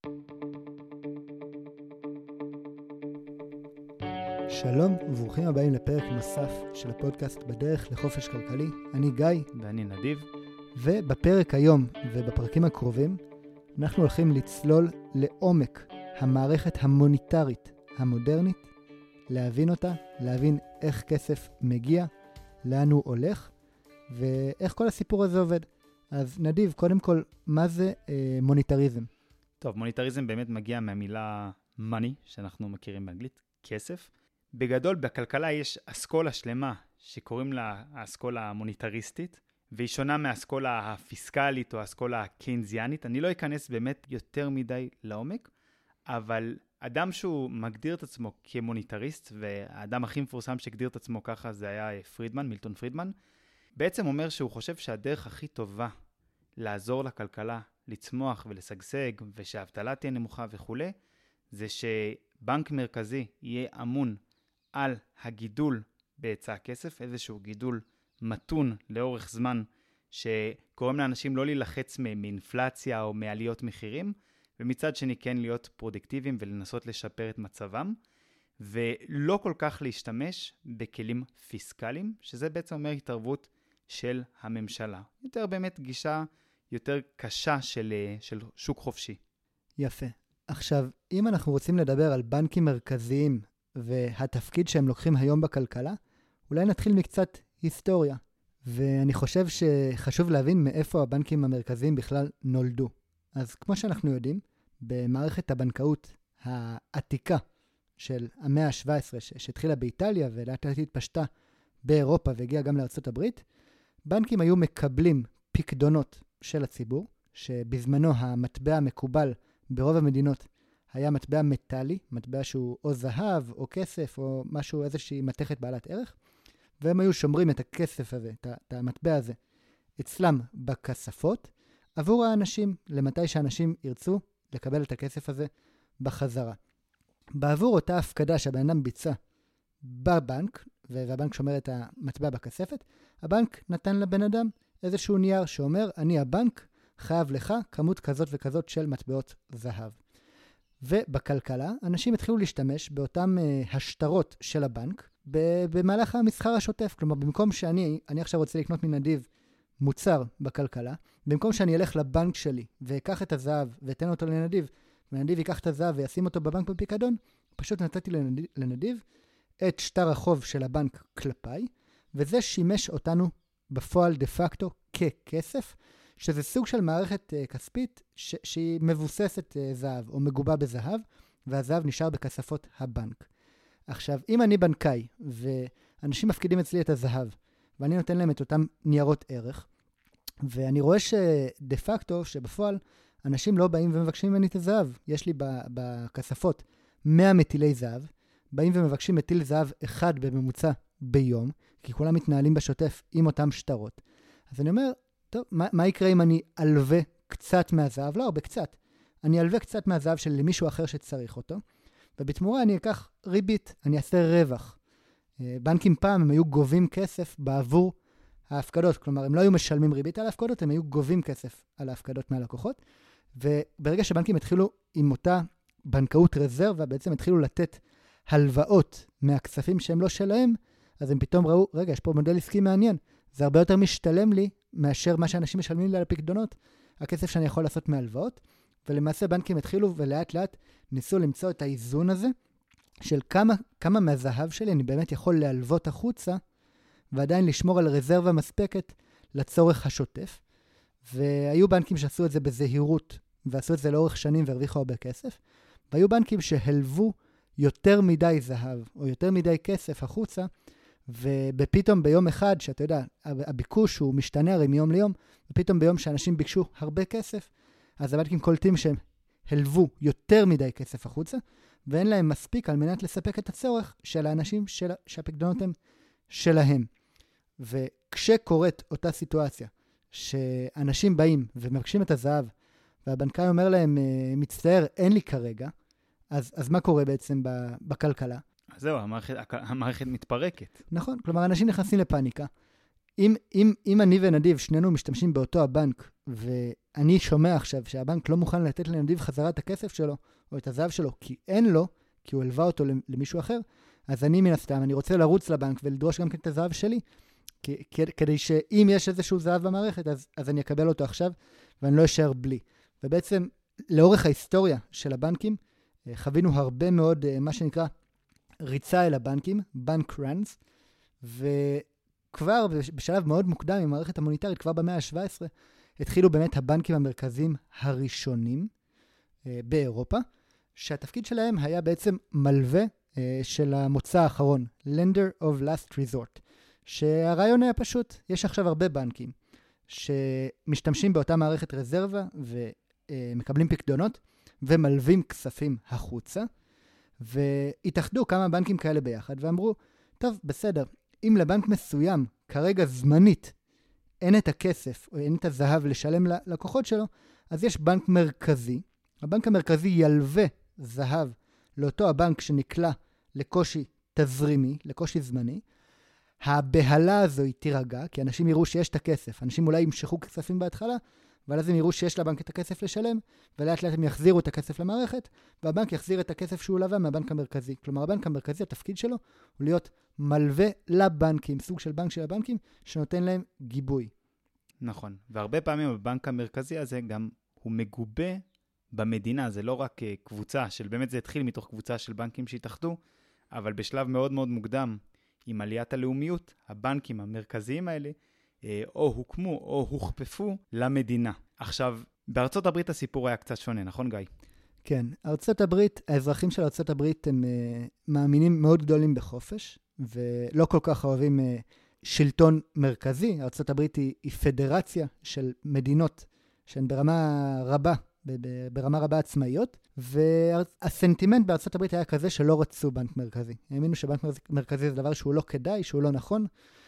שלום וברוכים הבאים לפרק נוסף של הפודקאסט בדרך לחופש כלכלי. אני גיא. ואני נדיב. ובפרק היום ובפרקים הקרובים אנחנו הולכים לצלול לעומק המערכת המוניטרית המודרנית, להבין אותה, להבין איך כסף מגיע, לאן הוא הולך ואיך כל הסיפור הזה עובד. אז נדיב, קודם כל, מה זה מוניטריזם? טוב, מוניטריזם באמת מגיע מהמילה money, שאנחנו מכירים באנגלית, כסף. בגדול, בכלכלה יש אסכולה שלמה שקוראים לה האסכולה המוניטריסטית, והיא שונה מהאסכולה הפיסקלית או האסכולה הקיינזיאנית. אני לא אכנס באמת יותר מדי לעומק, אבל אדם שהוא מגדיר את עצמו כמוניטריסט, והאדם הכי מפורסם שהגדיר את עצמו ככה זה היה פרידמן, מילטון פרידמן, בעצם אומר שהוא חושב שהדרך הכי טובה לעזור לכלכלה לצמוח ולשגשג ושהאבטלה תהיה נמוכה וכו', זה שבנק מרכזי יהיה אמון על הגידול בהיצע הכסף, איזשהו גידול מתון לאורך זמן שקוראים לאנשים לא להילחץ מאינפלציה או מעליות מחירים, ומצד שני כן להיות פרודקטיביים ולנסות לשפר את מצבם, ולא כל כך להשתמש בכלים פיסקליים, שזה בעצם אומר התערבות של הממשלה. יותר באמת גישה יותר קשה של שוק חופשי. יפה. עכשיו, אם אנחנו רוצים לדבר על בנקים מרכזיים והתפקיד שהם לוקחים היום בכלכלה, אולי נתחיל מקצת היסטוריה. ואני חושב שחשוב להבין מאיפה הבנקים המרכזיים בכלל נולדו. אז כמו שאנחנו יודעים, במערכת הבנקאות העתיקה של המאה ה-17 שהתחילה באיטליה ולאט לאט התפשטה באירופה והגיעה גם לארצות הברית, בנקים היו מקבלים פיקדונות של הציבור, שבזמנו המטבע המקובל ברוב המדינות היה מטבע מטלי, מטבע שהוא או זהב או כסף או משהו, איזושהי מתכת בעלת ערך, והם היו שומרים את הכסף הזה, את המטבע הזה, אצלם בכספות, עבור האנשים, למתי שאנשים ירצו לקבל את הכסף הזה בחזרה. בעבור אותה הפקדה שהבן אדם ביצע בבנק, והבנק שומר את המטבע בכספת, הבנק נתן לבן אדם איזשהו נייר שאומר, אני הבנק חייב לך כמות כזאת וכזאת של מטבעות זהב. ובכלכלה, אנשים התחילו להשתמש באותם השטרות של הבנק במהלך המסחר השוטף. כלומר, במקום שאני עכשיו רוצה לקנות מנדיב מוצר בכלכלה, במקום שאני אלך לבנק שלי ואקח את הזהב ואתן אותו לנדיב, ונדיב ייקח את הזהב וישים אותו בבנק בפיקדון, פשוט נתתי לנדיב את שטר החוב של הבנק כלפיי, וזה שימש אותנו בפועל דה פקטו ככסף, שזה סוג של מערכת כספית שהיא מבוססת זהב או מגובה בזהב, והזהב נשאר בכספות הבנק. עכשיו, אם אני בנקאי ואנשים מפקידים אצלי את הזהב, ואני נותן להם את אותם ניירות ערך, ואני רואה שדה פקטו, שבפועל אנשים לא באים ומבקשים ממני את הזהב. יש לי בכספות 100 מטילי זהב, באים ומבקשים מטיל זהב אחד בממוצע ביום, כי כולם מתנהלים בשוטף עם אותם שטרות. אז אני אומר, טוב, מה יקרה אם אני אלווה קצת מהזהב? לא, בקצת. אני אלווה קצת מהזהב של מישהו אחר שצריך אותו, ובתמורה אני אקח ריבית, אני אעשה רווח. בנקים פעם הם היו גובים כסף בעבור ההפקדות, כלומר הם לא היו משלמים ריבית על ההפקדות, הם היו גובים כסף על ההפקדות מהלקוחות, וברגע שבנקים התחילו עם אותה בנקאות רזרבה, בעצם התחילו לתת הלוואות מהכספים שהם לא שלהם, אז הם פתאום ראו, רגע, יש פה מודל עסקי מעניין, זה הרבה יותר משתלם לי מאשר מה שאנשים משלמים לי על הפקדונות, הכסף שאני יכול לעשות מהלוואות, ולמעשה בנקים התחילו ולאט לאט ניסו למצוא את האיזון הזה, של כמה מהזהב שלי אני באמת יכול להלוות החוצה, ועדיין לשמור על רזרבה מספקת לצורך השוטף. והיו בנקים שעשו את זה בזהירות, ועשו את זה לאורך שנים והרוויחו הרבה כסף, והיו בנקים שהלוו יותר מדי זהב, או יותר מדי כסף החוצה, ופתאום ביום אחד, שאתה יודע, הביקוש הוא משתנה הרי מיום ליום, ופתאום ביום שאנשים ביקשו הרבה כסף, אז הבנקים קולטים שהם הלוו יותר מדי כסף החוצה, ואין להם מספיק על מנת לספק את הצורך של האנשים שהפקדונות הם שלהם. וכשקורית אותה סיטואציה, שאנשים באים ומבקשים את הזהב, והבנקאי אומר להם, מצטער, אין לי כרגע, אז מה קורה בעצם בכלכלה? זהו, המערכת מתפרקת. נכון, כלומר, אנשים נכנסים לפאניקה. אם אני ונדיב, שנינו משתמשים באותו הבנק, ואני שומע עכשיו שהבנק לא מוכן לתת לנדיב חזרה את הכסף שלו, או את הזהב שלו, כי אין לו, כי הוא הלווה אותו למישהו אחר, אז אני מן הסתם, אני רוצה לרוץ לבנק ולדרוש גם כן את הזהב שלי, כדי שאם יש איזשהו זהב במערכת, אז אני אקבל אותו עכשיו, ואני לא אשאר בלי. ובעצם, לאורך ההיסטוריה של הבנקים, חווינו הרבה מאוד, מה שנקרא, ריצה אל הבנקים, בנק ראנס, וכבר בשלב מאוד מוקדם עם המערכת המוניטרית, כבר במאה ה-17, התחילו באמת הבנקים המרכזיים הראשונים באירופה, שהתפקיד שלהם היה בעצם מלווה של המוצא האחרון, lender of last resort, שהרעיון היה פשוט, יש עכשיו הרבה בנקים שמשתמשים באותה מערכת רזרבה ומקבלים פקדונות ומלווים כספים החוצה, והתאחדו כמה בנקים כאלה ביחד ואמרו, טוב, בסדר, אם לבנק מסוים כרגע זמנית אין את הכסף או אין את הזהב לשלם ללקוחות שלו, אז יש בנק מרכזי, הבנק המרכזי ילווה זהב לאותו הבנק שנקלע לקושי תזרימי, לקושי זמני, הבהלה הזו היא תירגע, כי אנשים יראו שיש את הכסף. אנשים אולי ימשכו כספים בהתחלה, אבל אז הם יראו שיש לבנק את הכסף לשלם, ולאט לאט הם יחזירו את הכסף למערכת, והבנק יחזיר את הכסף שהוא לווה מהבנק המרכזי. כלומר, הבנק המרכזי, התפקיד שלו הוא להיות מלווה לבנקים, סוג של בנק של הבנקים, שנותן להם גיבוי. נכון, והרבה פעמים הבנק המרכזי הזה גם הוא מגובה במדינה, זה לא רק קבוצה, של באמת זה התחיל מתוך קבוצה של בנקים שהתאחדו, אבל בשלב מאוד מאוד מוקדם, עם עליית הלאומיות, הבנקים המרכזיים האלה או הוקמו או הוכפפו למדינה. עכשיו, בארצות הברית הסיפור היה קצת שונה, נכון גיא? כן, ארצות הברית, האזרחים של ארצות הברית הם מאמינים מאוד גדולים בחופש, ולא כל כך אוהבים שלטון מרכזי. ארצות הברית היא פדרציה של מדינות שהן ברמה רבה עצמאיות, והסנטימנט בארצות הברית היה כזה שלא רצו בנק מרכזי. האמינו שבנק מרכזי זה דבר שהוא לא כדאי, שהוא לא נכון,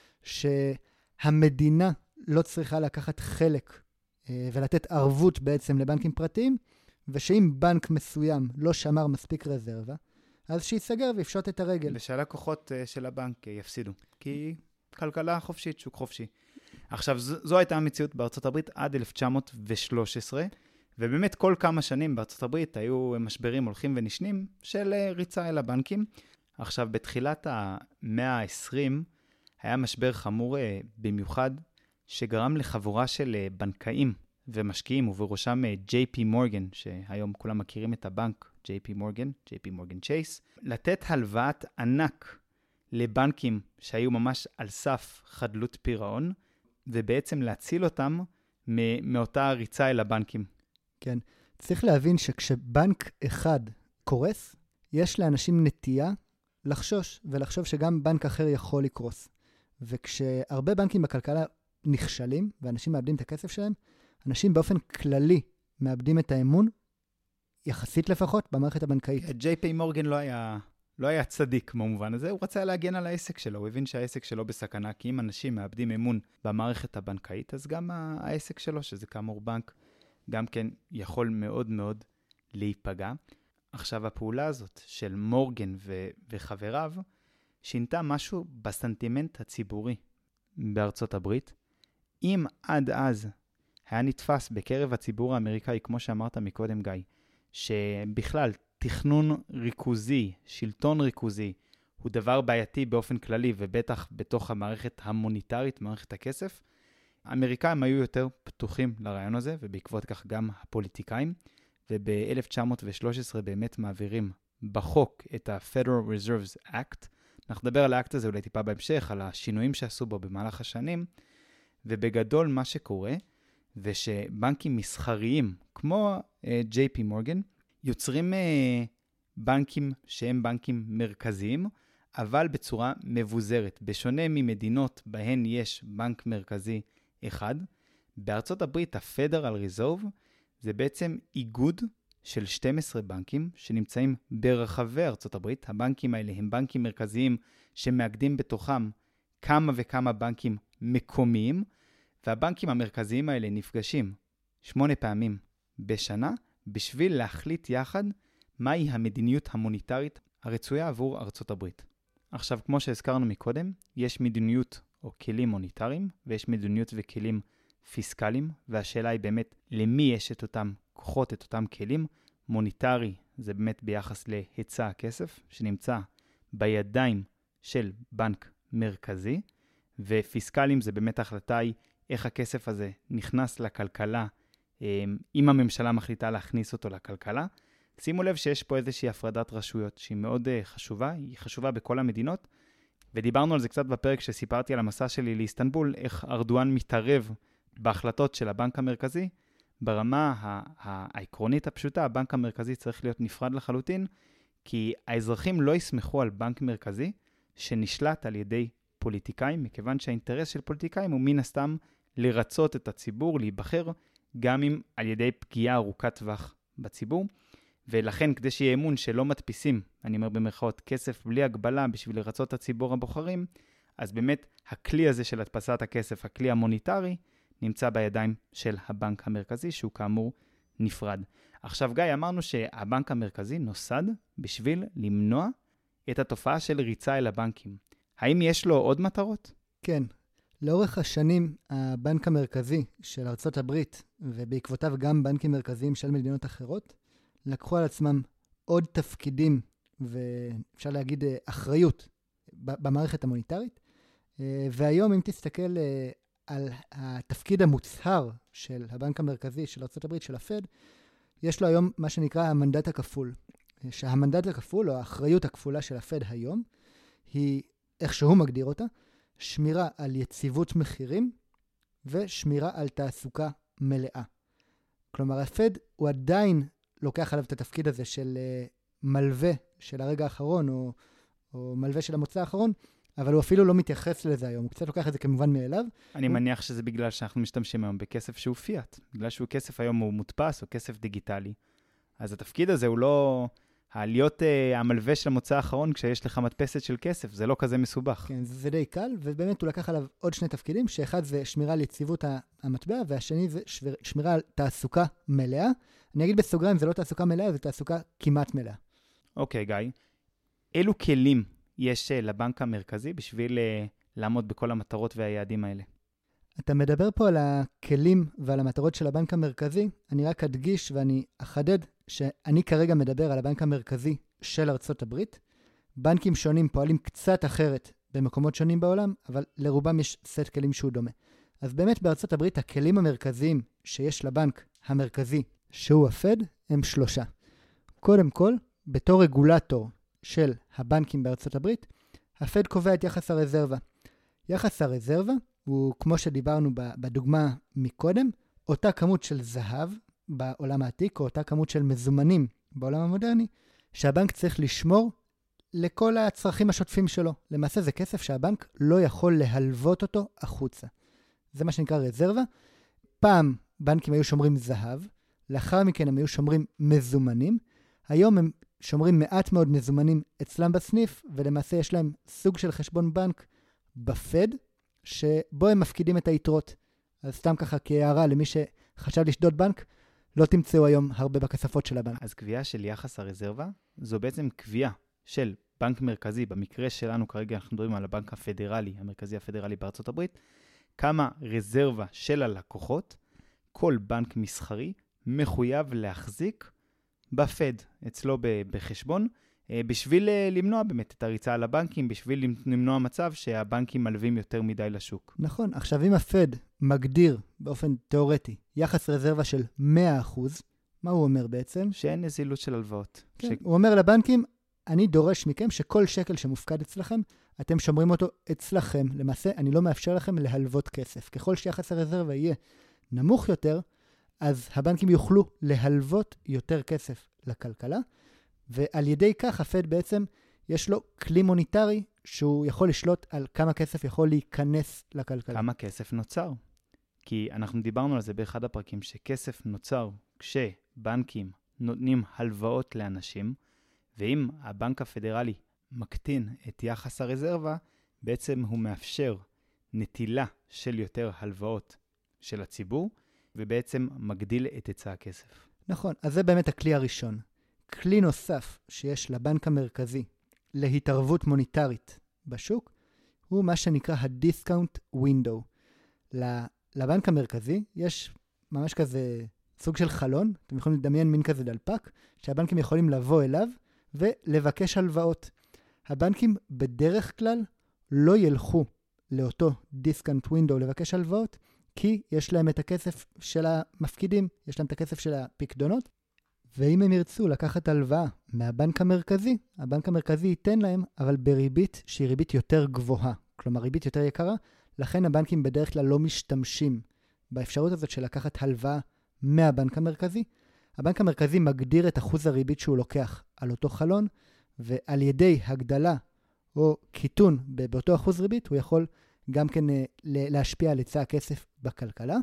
שהמדינה לא צריכה לקחת חלק ולתת ערבות בעצם לבנקים פרטיים, ושאם בנק מסוים לא שמר מספיק רזרבה, אז שיסגר ויפשוט את הרגל. ושהלקוחות של הבנק יפסידו, כי כלכלה חופשית, שוק חופשי. עכשיו, זו הייתה המציאות בארצות הברית עד 1913, ובאמת כל כמה שנים בארצות הברית היו משברים הולכים ונשנים של ריצה אל הבנקים. עכשיו, בתחילת המאה ה-20 היה משבר חמור במיוחד, שגרם לחבורה של בנקאים ומשקיעים, ובראשם JP מורגן, שהיום כולם מכירים את הבנק JP מורגן צ'ייס, לתת הלוואת ענק לבנקים שהיו ממש על סף חדלות פירעון, ובעצם להציל אותם מאותה ריצה אל הבנקים. כן, צריך להבין שכשבנק אחד קורס, יש לאנשים נטייה לחשוש, ולחשוב שגם בנק אחר יכול לקרוס. וכשהרבה בנקים בכלכלה נכשלים, ואנשים מאבדים את הכסף שלהם, אנשים באופן כללי מאבדים את האמון, יחסית לפחות, במערכת הבנקאית. JP מורגן לא היה צדיק במובן הזה, הוא רצה להגן על העסק שלו, הוא הבין שהעסק שלו בסכנה, כי אם אנשים מאבדים אמון במערכת הבנקאית, אז גם העסק שלו, שזה כאמור בנק, גם כן יכול מאוד מאוד להיפגע. עכשיו, הפעולה הזאת של מורגן וחבריו, שינתה משהו בסנטימנט הציבורי בארצות הברית. אם עד אז היה נתפס בקרב הציבור האמריקאי, כמו שאמרת מקודם גיא, שבכלל תכנון ריכוזי, שלטון ריכוזי, הוא דבר בעייתי באופן כללי, ובטח בתוך המערכת המוניטרית, מערכת הכסף, האמריקאים היו יותר פתוחים לרעיון הזה, ובעקבות כך גם הפוליטיקאים, וב-1913 באמת מעבירים בחוק את ה-Federal Reserve Act. אנחנו נדבר על האקט הזה אולי טיפה בהמשך, על השינויים שעשו בו במהלך השנים, ובגדול מה שקורה, ושבנקים מסחריים, כמו JP מורגן, יוצרים בנקים שהם בנקים מרכזיים, אבל בצורה מבוזרת. בשונה ממדינות בהן יש בנק מרכזי אחד, בארצות הברית ה-Federal Reserve זה בעצם איגוד של 12 בנקים שנמצאים ברחבי ארצות הברית. הבנקים האלה הם בנקים מרכזיים שמאגדים בתוכם כמה וכמה בנקים מקומיים, והבנקים המרכזיים האלה נפגשים 8 פעמים בשנה בשביל להחליט יחד מהי המדיניות המוניטרית הרצויה עבור ארצות הברית. עכשיו, כמו שהזכרנו מקודם, יש מדיניות או כלים מוניטריים, ויש מדיניות וכלים פיסקליים, והשאלה היא באמת למי יש את אותם כוחות, את אותם כלים. מוניטרי זה באמת ביחס להיצע הכסף, שנמצא בידיים של בנק מרכזי, ופיסקליים זה באמת ההחלטה היא איך הכסף הזה נכנס לכלכלה, אם הממשלה מחליטה להכניס אותו לכלכלה. שימו לב שיש פה איזושהי הפרדת רשויות שהיא מאוד חשובה, היא חשובה בכל המדינות, ודיברנו על זה קצת בפרק שסיפרתי על המסע שלי לאיסטנבול, איך ארדואן מתערב בהחלטות של הבנק המרכזי. ברמה העקרונית הפשוטה, הבנק המרכזי צריך להיות נפרד לחלוטין, כי האזרחים לא יסמכו על בנק מרכזי שנשלט על ידי פוליטיקאים, מכיוון שהאינטרס של פוליטיקאים הוא מן הסתם לרצות את הציבור, להיבחר, גם אם על ידי פגיעה ארוכת טווח בציבור. ולכן כדי שיהיה אמון שלא מדפיסים, אני אומר במרכאות, כסף בלי הגבלה בשביל לרצות את הציבור הבוחרים, אז באמת הכלי הזה של הדפסת הכסף, הכלי המוניטרי, נמצא בידיים של הבנק המרכזי, שהוא כאמור נפרד. עכשיו גיא, אמרנו שהבנק המרכזי נוסד בשביל למנוע את התופעה של ריצה אל הבנקים. האם יש לו עוד מטרות? כן. לאורך השנים, הבנק המרכזי של ארצות הברית, ובעקבותיו גם בנקים מרכזיים של מדינות אחרות, לקחו על עצמם עוד תפקידים, ואפשר להגיד אחריות, במערכת המוניטרית. והיום, אם תסתכל על התפקיד המוצהר של הבנק המרכזי של ארצות הברית, של הפד, יש לו היום מה שנקרא המנדט הכפול. שהמנדט הכפול, או האחריות הכפולה של הפד היום, היא, איך שהוא מגדיר אותה, שמירה על יציבות מחירים, ושמירה על תעסוקה מלאה. כלומר, הפד הוא עדיין לוקח עליו את התפקיד הזה של מלווה של הרגע האחרון, או מלווה של המוצא האחרון, אבל הוא אפילו לא מתייחס לזה היום, הוא קצת לוקח את זה כמובן מאליו. אני מניח שזה בגלל שאנחנו משתמשים היום בכסף שהוא פיאט, בגלל שהוא כסף היום הוא מודפס או כסף דיגיטלי. אז התפקיד הזה הוא לא, להיות המלווה של המוצא האחרון כשיש לך מדפסת של כסף, זה לא כזה מסובך. כן, זה די קל, ובאמת הוא לקח עליו עוד שני תפקידים, שאחד זה שמירה על יציבות המטבע, והשני זה שמירה על תעסוקה מלאה. אני אגיד בסוגריים, זה לא תעסוקה מלאה, זה תעסוקה כמעט מלאה. אוקיי, גיא. אילו כלים יש לבנק המרכזי בשביל לעמוד בכל המטרות והיעדים האלה? אתה מדבר פה על הכלים ועל המטרות של הבנק המרכזי. אני רק אדגיש ואני אחדד שאני כרגע מדבר על הבנק המרכזי של ארצות הברית. בנקים שונים פועלים קצת אחרת במקומות שונים בעולם, אבל לרובם יש סט כלים שהוא דומה. אז באמת בארצות הברית הכלים המרכזיים שיש לבנק המרכזי שהוא הפד הם 3. קודם כל, בתור רגולטור של הבנקים בארצות הברית, הפד קובע את יחס הרזרבה. יחס הרזרבה הוא, כמו שדיברנו בדוגמה מקודם, אותה כמות של זהב בעולם העתיק, או אותה כמות של מזומנים בעולם המודרני, שהבנק צריך לשמור לכל הצרכים השוטפים שלו. למעשה זה כסף שהבנק לא יכול להלוות אותו החוצה. זה מה שנקרא רזרבה. פעם בנקים היו שומרים זהב, לאחר מכן הם היו שומרים מזומנים, היום הם שומרים מעט מאוד מזומנים אצלם בסניף, ולמעשה יש להם סוג של חשבון בנק בפד, שבו הם מפקידים את היתרות. אז סתם ככה כהערה למי שחשב לשדוד בנק, לא תמצאו היום הרבה בכספות של הבנק. אז קביעה של יחס הרזרבה, זו בעצם קביעה של בנק מרכזי, במקרה שלנו כרגע אנחנו מדברים על הבנק הפדרלי, המרכזי הפדרלי בארצות הברית, כמה רזרבה של הלקוחות, כל בנק מסחרי מחויב להחזיק בפד, אצלו בחשבון, בשביל למנוע באמת את הריצה על הבנקים, בשביל למנוע מצב שהבנקים מלווים יותר מדי לשוק. נכון, עכשיו אם הפד מגדיר באופן תיאורטי יחס רזרבה של 100%, מה הוא אומר בעצם? שאין נזילות של הלוואות. כן, הוא אומר לבנקים, אני דורש מכם שכל שקל שמופקד אצלכם, אתם שומרים אותו אצלכם. למעשה, אני לא מאפשר לכם להלוות כסף. ככל שיחס הרזרבה יהיה נמוך יותר, אז הבנקים יוכלו להלוות יותר כסף לכלכלה, ועל ידי כך הפד בעצם יש לו כלי מוניטרי שהוא יכול לשלוט על כמה כסף יכול להיכנס לכלכלה. כמה כסף נוצר. כי אנחנו דיברנו על זה באחד הפרקים, שכסף נוצר כשבנקים נותנים הלוואות לאנשים, ואם הבנק הפדרלי מקטין את יחס הרזרבה, בעצם הוא מאפשר נטילה של יותר הלוואות של הציבור, ובעצם מגדיל את היצע הכסף. נכון, אז זה באמת הכלי הראשון. כלי נוסף שיש לבנק המרכזי להתערבות מוניטרית בשוק, הוא מה שנקרא ה-discount window. לבנק המרכזי יש ממש כזה סוג של חלון, אתם יכולים לדמיין מין כזה דלפק, שהבנקים יכולים לבוא אליו ולבקש הלוואות. הבנקים בדרך כלל לא ילכו לאותו discount window לבקש הלוואות, כי יש להם את הכסף של המפקידים, יש להם את הכסף של הפקדונות, ואם הם ירצו לקחת הלוואה מהבנק המרכזי, הבנק המרכזי ייתן להם, אבל בריבית שהיא ריבית יותר גבוהה, כלומר ריבית יותר יקרה, לכן הבנקים בדרך כלל לא משתמשים באפשרות הזאת של לקחת הלוואה מהבנק המרכזי. הבנק המרכזי מגדיר את אחוז הריבית שהוא לוקח על אותו חלון, ועל ידי הגדלה או קיטון באותו אחוז ריבית, הוא יכול גם כן להשפיע על היצע הכסף בכלכלה.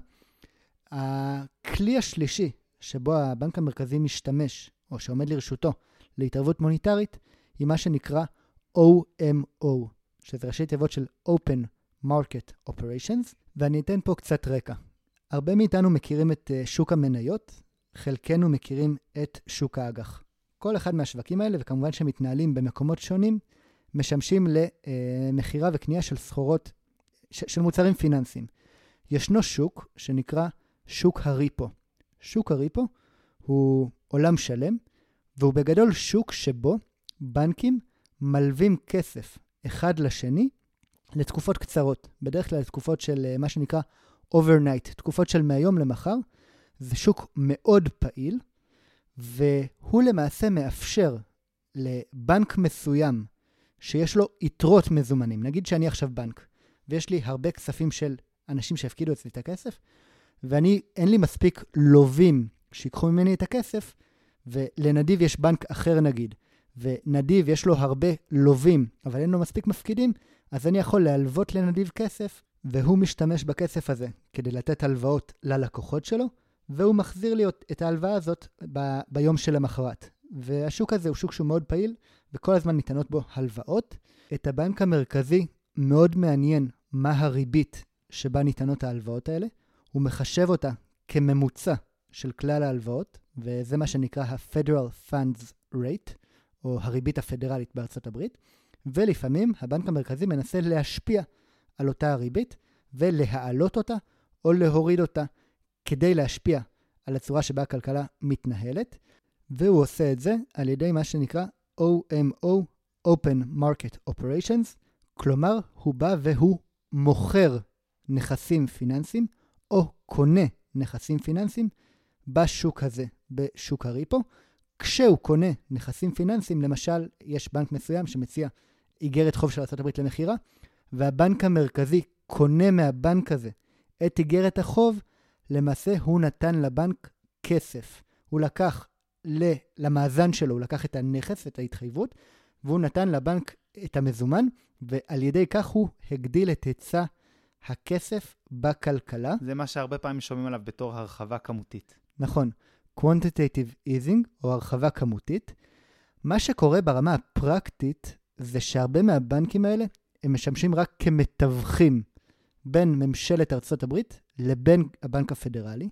הכלי השלישי שבו הבנק המרכזי משתמש, או שעומד לרשותו להתערבות מוניטרית, היא מה שנקרא OMO, שזה ראשי תיבות של Open Market Operations, ואני אתן פה קצת רקע. הרבה מאיתנו מכירים את שוק המניות, חלקנו מכירים את שוק האג"ח. כל אחד מהשווקים האלה, וכמובן שמתנהלים במקומות שונים, משמשים למחירה וקנייה של סחורות, של מוצרים פיננסיים. ישנו שוק שנקרא שוק הריפו. שוק הריפו הוא עולם שלם, והוא בגדול שוק שבו בנקים מלווים כסף אחד לשני לתקופות קצרות, בדרך כלל לתקופות של מה שנקרא overnight, תקופות של מהיום למחר. זה שוק מאוד פעיל, והוא למעשה מאפשר לבנק מסוים שיש לו יתרות מזומנים. נגיד שאני עכשיו בנק, ויש לי הרבה כספים של אנשים שהפקידו אצלי את הכסף, אין לי מספיק לובים שיקחו ממני את הכסף, ולנדיב יש בנק אחר נגיד, ונדיב יש לו הרבה לובים, אבל אין לו מספיק מפקידים, אז אני יכול להלוות לנדיב כסף, והוא משתמש בכסף הזה כדי לתת הלוואות ללקוחות שלו, והוא מחזיר לי את ההלוואה הזאת ביום של המחרת. והשוק הזה הוא שוק שהוא מאוד פעיל, וכל הזמן ניתנות בו הלוואות. את הבנק המרכזי מאוד מעניין מה הריבית שבה ניתנות ההלוואות האלה. הוא מחשב אותה כממוצע של כלל ההלוואות, וזה מה שנקרא ה-Federal Funds Rate, או הריבית הפדרלית בארצות הברית. ולפעמים הבנק המרכזי מנסה להשפיע על אותה הריבית, ולהעלות אותה או להוריד אותה, כדי להשפיע על הצורה שבה הכלכלה מתנהלת, והוא עושה את זה על ידי מה שנקרא OMO, Open Market Operations, כלומר הוא בא והוא מוכר נכסים פיננסיים, או קונה נכסים פיננסיים בשוק הזה, בשוק הריפו. כשהוא קונה נכסים פיננסיים, למשל יש בנק מסוים שמציע איגרת חוב של ארצות הברית למחירה, והבנק המרכזי קונה מהבנק הזה את איגרת החוב, למעשה הוא נתן לבנק כסף. הוא לקח למאזן שלו, הוא לקח את הנכס, את ההתחייבות, והוא נתן לבנק את המזומן, ועל ידי כך הוא הגדיל את היצע הכסף בכלכלה. זה מה שהרבה פעמים שומעים עליו בתור הרחבה כמותית. נכון. quantitative easing, או הרחבה כמותית. מה שקורה ברמה הפרקטית, זה שהרבה מהבנקים האלה, הם משמשים רק כמתווכים בין ממשלת ארצות הברית לבין הבנק הפדרלי.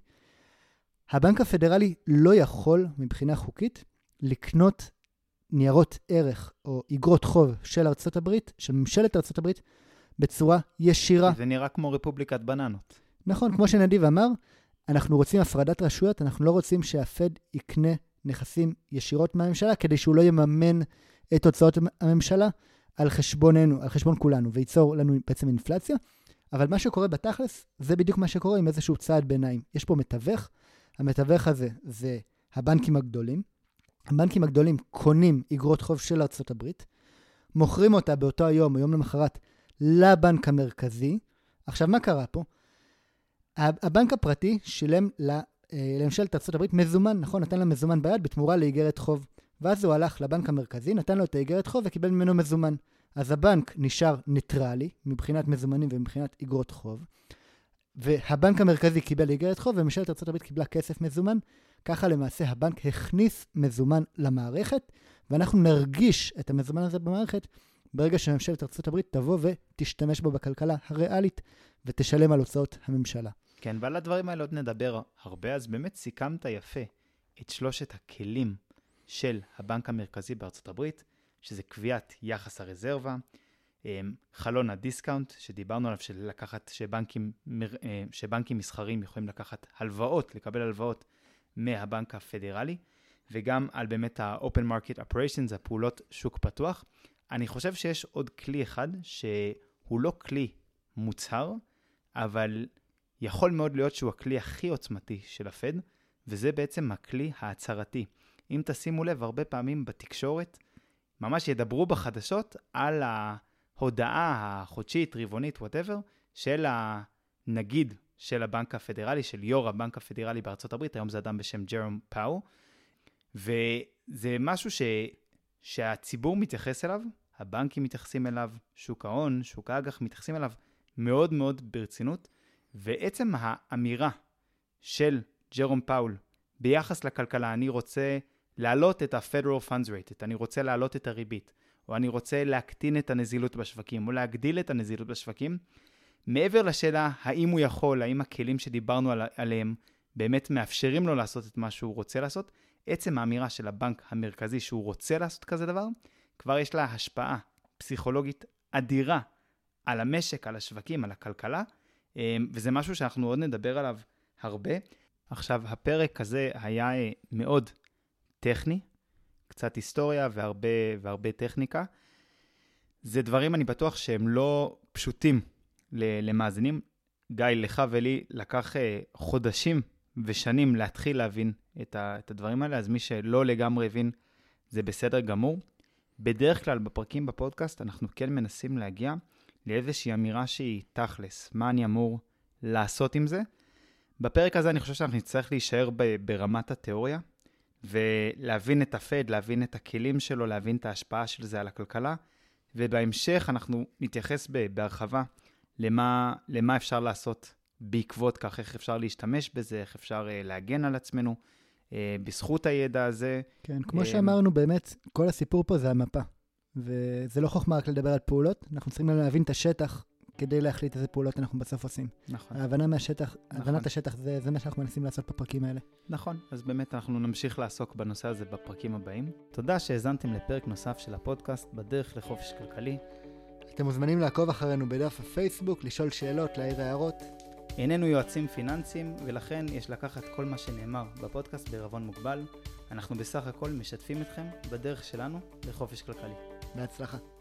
הבנק הפדרלי לא יכול מבחינה חוקית לקנות ניירות ערך או איגרות חוב של ארצות הברית, של ממשלת ארצות הברית, בצורה ישירה. זה נראה כמו רפובליקת בננות. נכון, כמו שנדיב אמר, אנחנו רוצים הפרדת רשויות, אנחנו לא רוצים שהפד יקנה נכסים ישירות מהממשלה, כדי שהוא לא יממן את הוצאות הממשלה על חשבוננו, על חשבון כולנו, וייצור לנו בעצם אינפלציה. אבל מה שקורה בתכלס, זה בדיוק מה שקורה עם איזשהו צעד ביניים. יש פה מתווך, המתווך הזה זה הבנקים הגדולים. הבנקים הגדולים קונים איגרות חוב של ארצות הברית, מוכרים אותה באותו היום או יום למחרת לבנק המרכזי. עכשיו, מה קרה פה? הבנק הפרטי שילם לממשלת ארצות הברית מזומן, נכון? נתן לה מזומן ביד בתמורה לאיגרת חוב. ואז הוא הלך לבנק המרכזי, נתן לו את האיגרת חוב וקיבל ממנו מזומן. אז הבנק נשאר ניטרלי מבחינת מזומנים ומבחינת איגרות חוב. והבנק המרכזי קיבל איגרת חוב וממשלת ארצות הברית קיבלה כסף מזומן. ככה למעשה הבנק הכניס מזומן למערכת, ואנחנו נרגיש את המזומן הזה במערכת ברגע שממשלת ארצות הברית תבוא ותשתמש בו בכלכלה הריאלית ותשלם על הוצאות הממשלה. כן, ועל הדברים האלה עוד נדבר הרבה, אז באמת סיכמת יפה את שלושת הכלים של הבנק המרכזי בארצות הברית, שזה קביעת יחס הרזרבה, חלון הדיסקאונט, שדיברנו עליו, שבנקים מסחרים יכולים לקחת הלוואות, לקבל הלוואות מהבנק הפדרלי, וגם על באמת ה-Open Market Operations, הפעולות שוק פתוח. אני חושב שיש עוד כלי אחד, שהוא לא כלי מוצהר, אבל יכול מאוד להיות שהוא הכלי הכי עוצמתי של הפד, וזה בעצם הכלי ההצהרתי. אם תשימו לב, הרבה פעמים בתקשורת, ממש ידברו בחדשות על ההודעה החודשית, רבעונית, whatever, של הנגיד של הבנק הפדרלי, של יו"ר הבנק הפדרלי בארצות הברית, היום זה אדם בשם ג'רום פאו, וזה משהו שהציבור מתייחס אליו, הבנקים מתייחסים אליו, שוק ההון, שוק האג"ח מתייחסים אליו מאוד מאוד ברצינות, ועצם האמירה של ג'רום פאול ביחס לכלכלה, אני רוצה להעלות את ה-Federal Funds Rate, אני רוצה להעלות את הריבית, או אני רוצה להקטין את הנזילות בשווקים, או להגדיל את הנזילות בשווקים, מעבר לשאלה האם הוא יכול, האם הכלים שדיברנו עליהם באמת מאפשרים לו לעשות את מה שהוא רוצה לעשות, עצם האמירה של הבנק המרכזי שהוא רוצה לעשות כזה דבר, כבר יש לה השפעה פסיכולוגית אדירה על המשק, על השווקים, על הכלכלה, וזה משהו שאנחנו עוד נדבר עליו הרבה. עכשיו, הפרק הזה היה מאוד טכני, קצת היסטוריה והרבה טכניקה. זה דברים אני בטוח שהם לא פשוטים למאזינים. גיא, לך ולי לקח חודשים ושנים להתחיל להבין את הדברים האלה, אז מי שלא לגמרי הבין, זה בסדר גמור. בדרך כלל בפרקים בפודקאסט אנחנו כן מנסים להגיע לאיזושהי אמירה שהיא תכלס, מה אני אמור לעשות עם זה. בפרק הזה אני חושב שאנחנו נצטרך להישאר ברמת התיאוריה, ולהבין את הפד, להבין את הכלים שלו, להבין את ההשפעה של זה על הכלכלה, ובהמשך אנחנו נתייחס בהרחבה למה אפשר לעשות בעקבות כך, איך אפשר להשתמש בזה, איך אפשר להגן על עצמנו, בזכות הידע הזה. כן, כמו שאמרנו, באמת, כל הסיפור פה זה המפה. וזה לא חוכמה רק לדבר על פעולות, אנחנו צריכים להבין את השטח כדי להחליט איזה פעולות אנחנו בסוף עושים. נכון. ההבנה מהשטח, הבנת השטח זה מה שאנחנו מנסים לעשות בפרקים האלה. נכון, אז באמת אנחנו נמשיך לעסוק בנושא הזה בפרקים הבאים. תודה שהזנתם לפרק נוסף של הפודקאסט בדרך לחופש כלכלי. אתם מוזמנים לעקוב אחרינו בדף הפייסבוק, לשאול שאלות, להעיר הערות. איננו יועצים פיננסיים, ולכן יש לקחת כל מה שנאמר בפודקאסט בערבון מוגבל. אנחנו בסך הכל משתפים אתכם בדרך שלנו לחופש כלכלי. בהצלחה.